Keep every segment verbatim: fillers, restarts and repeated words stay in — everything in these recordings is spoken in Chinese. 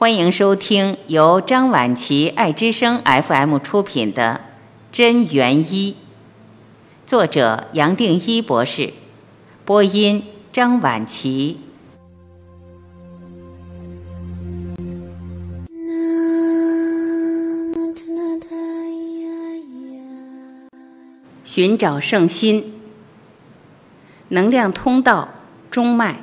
欢迎收听由张晚琪爱之声 F M 出品的《真元一》，作者杨定一博士，播音张晚琪。寻找圣心，能量通道，中脉。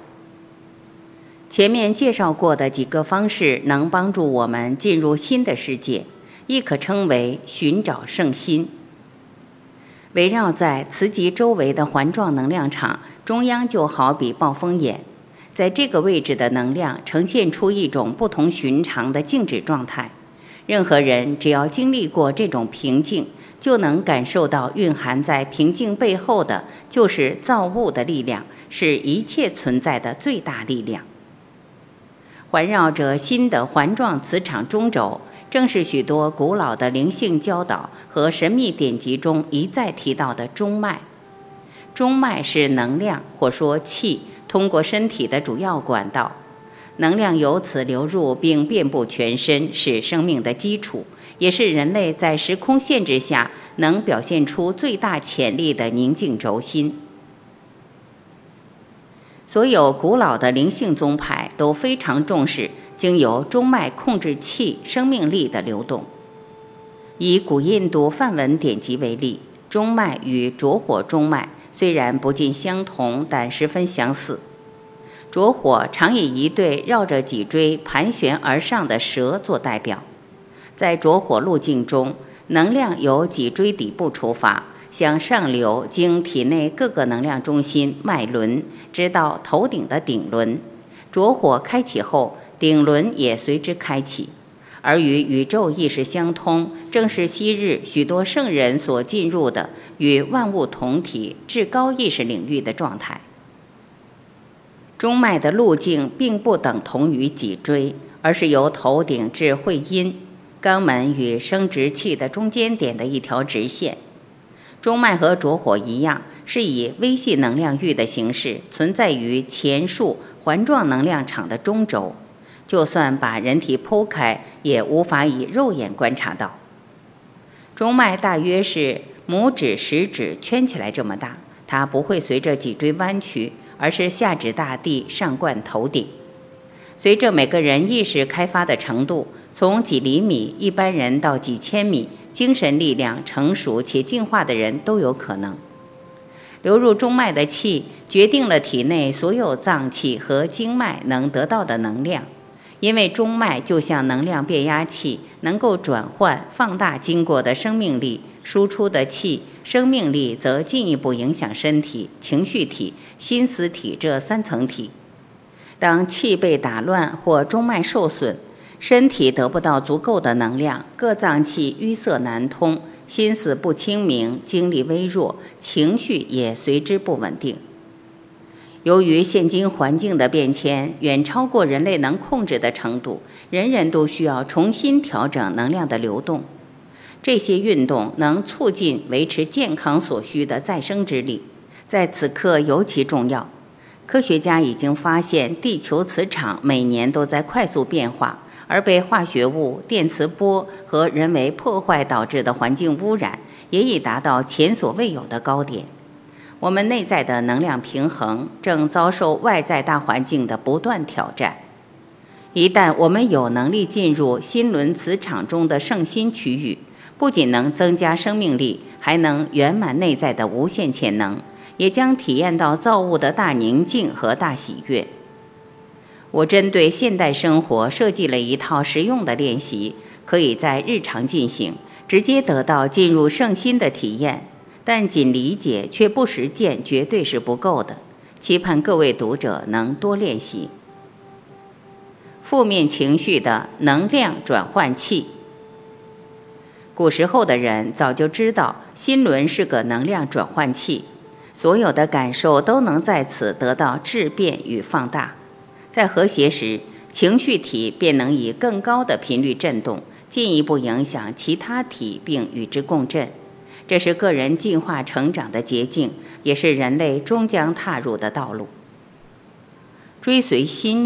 前面介绍过的几个方式能帮助我们进入新的世界，亦可称为寻找圣心。围绕在磁极周围的环状能量场中央，就好比暴风眼，在这个位置的能量呈现出一种不同寻常的静止状态。任何人只要经历过这种平静，就能感受到蕴含在平静背后的就是造物的力量，是一切存在的最大力量。环绕着新的环状磁场中轴，正是许多古老的灵性教导和神秘典籍中一再提到的中脉。中脉是能量或说气通过身体的主要管道，能量由此流入并遍布全身，是生命的基础，也是人类在时空限制下能表现出最大潜力的宁静轴心。所有古老的灵性宗派都非常重视经由中脉控制气生命力的流动。以古印度梵文典籍为例，中脉与着火中脉虽然不尽相同，但十分相似。着火常以一对绕着脊椎盘旋而上的蛇做代表，在着火路径中，能量由脊椎底部出发，向上流，经体内各个能量中心脉轮，直到头顶的顶轮。着火开启后，顶轮也随之开启。而与宇宙意识相通，正是昔日许多圣人所进入的与万物同体至高意识领域的状态。中脉的路径并不等同于脊椎，而是由头顶至会阴、肛门与生殖器的中间点的一条直线。中脉和着火一样，是以微细能量域的形式存在于前述环状能量场的中轴，就算把人体剖开，也无法以肉眼观察到。中脉大约是拇指、食指圈起来这么大，它不会随着脊椎弯曲，而是下至大地，上贯头顶。随着每个人意识开发的程度，从几厘米一般人到几千米，精神力量成熟且进化的人都有可能。流入中脉的气决定了体内所有脏器和经脉能得到的能量，因为中脉就像能量变压器，能够转换放大经过的生命力，输出的气生命力则进一步影响身体、情绪体、心思体这三层体。当气被打乱或中脉受损，身体得不到足够的能量，各脏器淤塞难通，心思不清明，精力微弱，情绪也随之不稳定。由于现今环境的变迁远超过人类能控制的程度，人人都需要重新调整能量的流动。这些运动能促进维持健康所需的再生之力，在此刻尤其重要。科学家已经发现，地球磁场每年都在快速变化，而被化学物、电磁波和人为破坏导致的环境污染也已达到前所未有的高点。我们内在的能量平衡正遭受外在大环境的不断挑战。一旦我们有能力进入心轮磁场中的圣心区域，不仅能增加生命力，还能圆满内在的无限潜能，也将体验到造物的大宁静和大喜悦。我针对现代生活设计了一套实用的练习，可以在日常进行，直接得到进入圣心的体验，但仅理解却不实践绝对是不够的，期盼各位读者能多练习。负面情绪的能量转换器。古时候的人早就知道心轮是个能量转换器，所有的感受都能在此得到质变与放大。在和谐时，情绪体便能以更高的频率振动，进一步影响其他体并与之共振。这是个人进化成长的捷径，也是人类终将踏入的道路。追随心念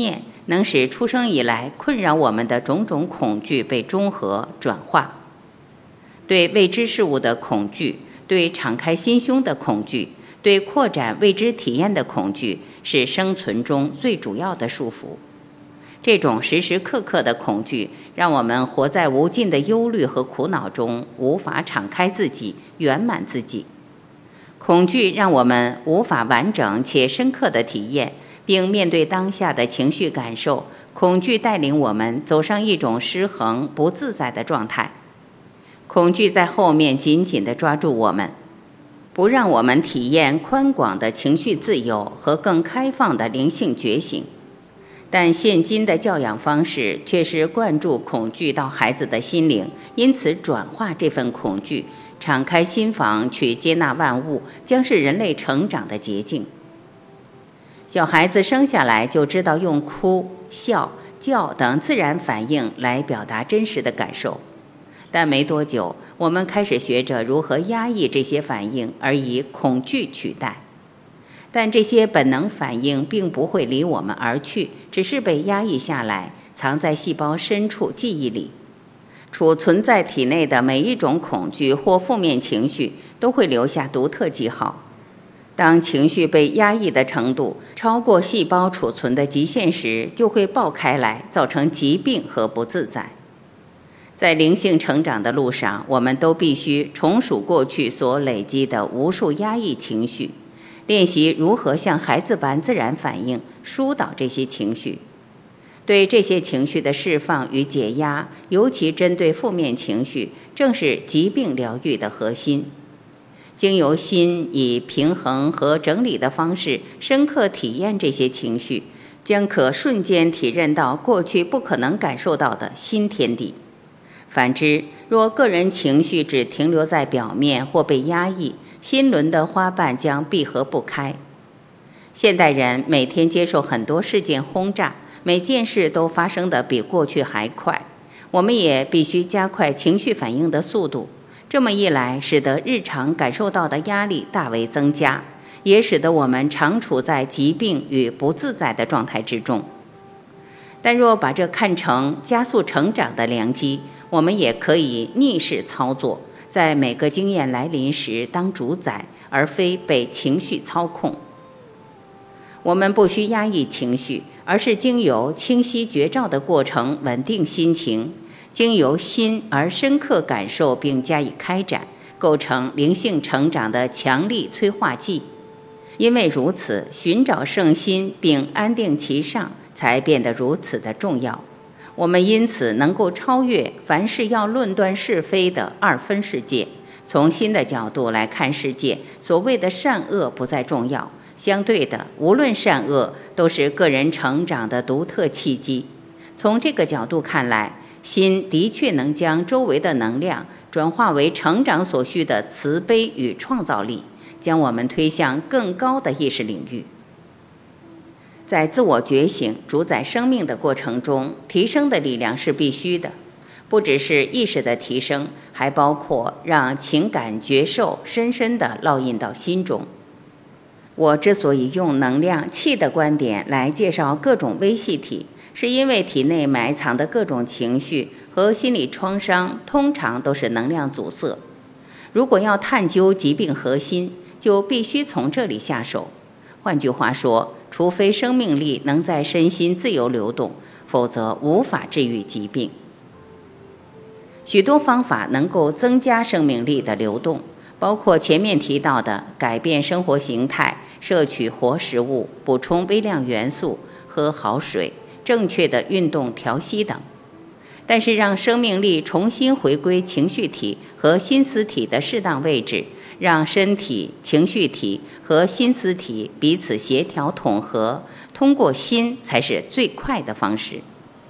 能使出生以来困扰我们的种种恐惧被中和转化。对未知事物的恐惧，对敞开心胸的恐惧，对扩展未知体验的恐惧，是生存中最主要的束缚。这种时时刻刻的恐惧，让我们活在无尽的忧虑和苦恼中，无法敞开自己，圆满自己。恐惧让我们无法完整且深刻的体验，并面对当下的情绪感受。恐惧带领我们走上一种失衡、不自在的状态。恐惧在后面紧紧地抓住我们，不让我们体验宽广的情绪自由和更开放的灵性觉醒。但现今的教养方式却是灌注恐惧到孩子的心灵，因此转化这份恐惧，敞开心房去接纳万物，将是人类成长的捷径。小孩子生下来就知道用哭、笑、叫等自然反应来表达真实的感受，但没多久，我们开始学着如何压抑这些反应，而以恐惧取代。但这些本能反应并不会离我们而去，只是被压抑下来，藏在细胞深处记忆里。储存在体内的每一种恐惧或负面情绪都会留下独特记号。当情绪被压抑的程度超过细胞储存的极限时，就会爆开来，造成疾病和不自在。在灵性成长的路上，我们都必须重数过去所累积的无数压抑情绪，练习如何像孩子般自然反应，疏导这些情绪。对这些情绪的释放与解压，尤其针对负面情绪，正是疾病疗愈的核心。经由心以平衡和整理的方式深刻体验这些情绪，将可瞬间体认到过去不可能感受到的新天地。反之，若个人情绪只停留在表面或被压抑，心轮的花瓣将闭合不开。现代人每天接受很多事件轰炸，每件事都发生得比过去还快，我们也必须加快情绪反应的速度。这么一来，使得日常感受到的压力大为增加，也使得我们常处在疾病与不自在的状态之中。但若把这看成加速成长的良机，我们也可以逆势操作，在每个经验来临时当主宰，而非被情绪操控。我们不需压抑情绪，而是经由清晰觉照的过程稳定心情，经由心而深刻感受并加以开展，构成灵性成长的强力催化剂。因为如此，寻找圣心并安定其上才变得如此的重要。我们因此能够超越凡事要论断是非的二分世界，从新的角度来看世界，所谓的善恶不再重要，相对的，无论善恶都是个人成长的独特契机。从这个角度看来，心的确能将周围的能量转化为成长所需的慈悲与创造力，将我们推向更高的意识领域。在自我觉醒、主宰生命的过程中，提升的力量是必须的，不只是意识的提升，还包括让情感觉受深深地烙印到心中。我之所以用能量气的观点来介绍各种微细体，是因为体内埋藏的各种情绪和心理创伤通常都是能量阻塞。如果要探究疾病核心，就必须从这里下手。换句话说，除非生命力能在身心自由流动，否则无法治愈疾病。许多方法能够增加生命力的流动，包括前面提到的改变生活形态、摄取活食物、补充微量元素、喝好水、正确的运动调息等。但是让生命力重新回归情绪体和心思体的适当位置，让身体、情绪体和心思体彼此协调统合，通过心才是最快的方式。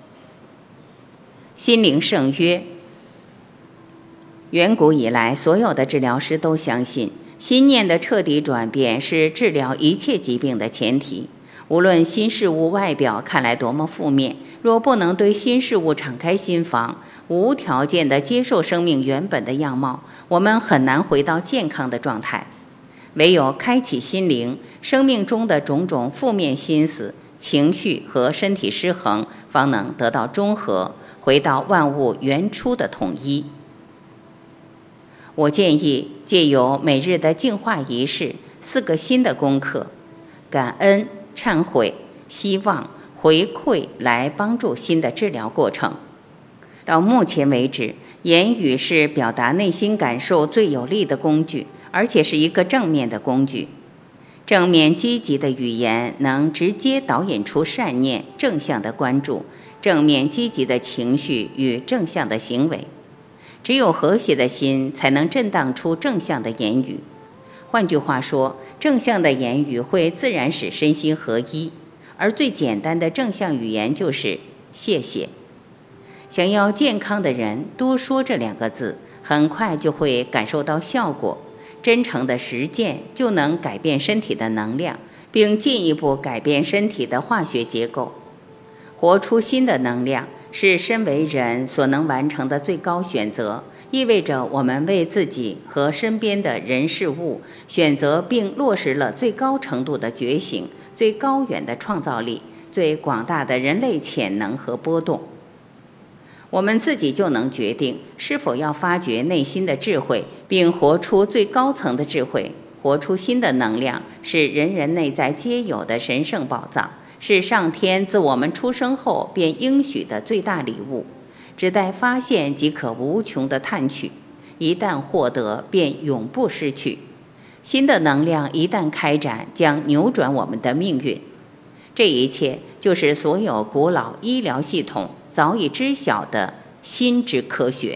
心灵圣约。远古以来，所有的治疗师都相信，心念的彻底转变是治疗一切疾病的前提。无论新事物外表看来多么负面，若不能对新事物敞开心房，无条件地接受生命原本的样貌，我们很难回到健康的状态。唯有开启心灵，生命中的种种负面心思、 情绪和身体失衡方能得到中和，回到万物原初的统一。我建议借由每日的净化仪式四个新的功课：感恩、忏悔、希望、回馈来帮助新的治疗过程。到目前为止，言语是表达内心感受最有力的工具，而且是一个正面的工具。正面积极的语言能直接导引出善念、正向的关注、正面积极的情绪与正向的行为。只有和谐的心才能震荡出正向的言语。换句话说，正向的言语会自然使身心合一，而最简单的正向语言就是谢谢。想要健康的人多说这两个字，很快就会感受到效果。真诚的实践就能改变身体的能量，并进一步改变身体的化学结构。活出新的能量是身为人所能完成的最高选择，意味着我们为自己和身边的人事物选择并落实了最高程度的觉醒、最高远的创造力、最广大的人类潜能和波动。我们自己就能决定是否要发掘内心的智慧，并活出最高层的智慧。活出新的能量是人人内在皆有的神圣宝藏，是上天自我们出生后便应许的最大礼物，只待发现即可无穷的探取，一旦获得便永不失去。新的能量一旦开展，将扭转我们的命运。这一切就是所有古老医疗系统早已知晓的心之科学。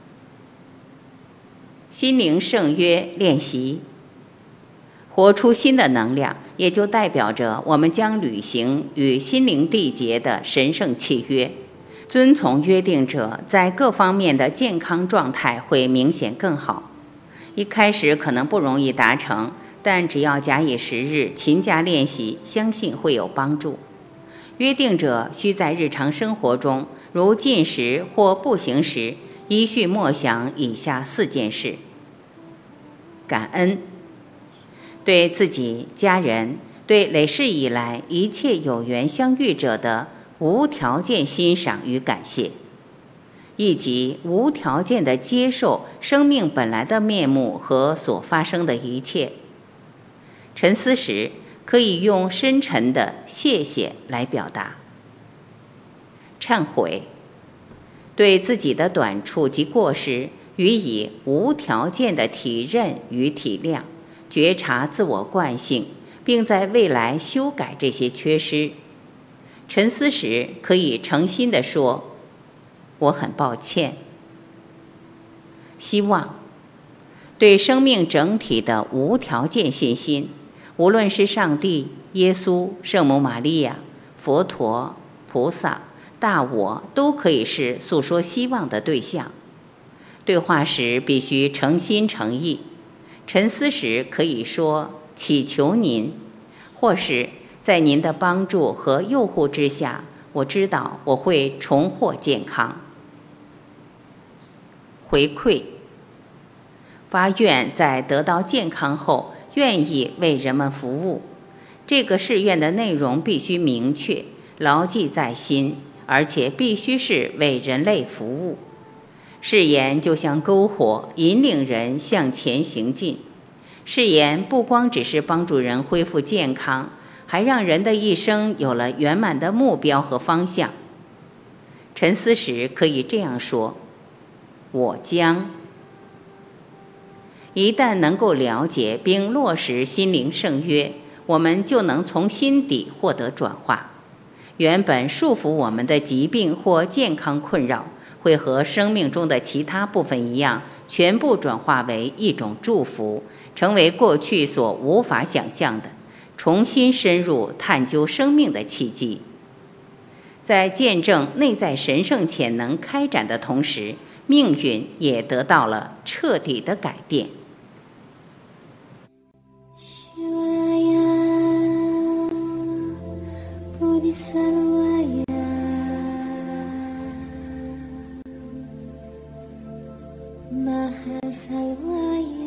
心灵圣约练习，活出新的能量，也就代表着我们将履行与心灵缔结的神圣契约。遵从约定者，在各方面的健康状态会明显更好。一开始可能不容易达成，但只要假以时日，勤加练习，相信会有帮助。约定者需在日常生活中，如进食或步行时，依序默想以下四件事：感恩，对自己、家人，对累世以来一切有缘相遇者的无条件欣赏与感谢，以及无条件地接受生命本来的面目和所发生的一切。沉思时可以用深沉的谢谢来表达。忏悔，对自己的短处及过失予以无条件的体认与体谅，觉察自我惯性，并在未来修改这些缺失。沉思时可以诚心地说：我很抱歉。希望，对生命整体的无条件信心，无论是上帝、耶稣、圣母玛利亚、佛陀、菩萨、大我，都可以是诉说希望的对象。对话时必须诚心诚意。沉思时可以说祈求您，或是在您的帮助和诱护之下，我知道我会重获健康。回馈，发愿在得到健康后愿意为人们服务。这个誓愿的内容必须明确，牢记在心，而且必须是为人类服务。誓言就像篝火，引领人向前行进。誓言不光只是帮助人恢复健康，还让人的一生有了圆满的目标和方向。沉思时可以这样说：我将。一旦能够了解并落实心灵圣约，我们就能从心底获得转化。原本束缚我们的疾病或健康困扰，会和生命中的其他部分一样，全部转化为一种祝福，成为过去所无法想象的，重新深入探究生命的契机。在见证内在神圣潜能开展的同时，命运也得到了彻底的改变。Maha Salvaya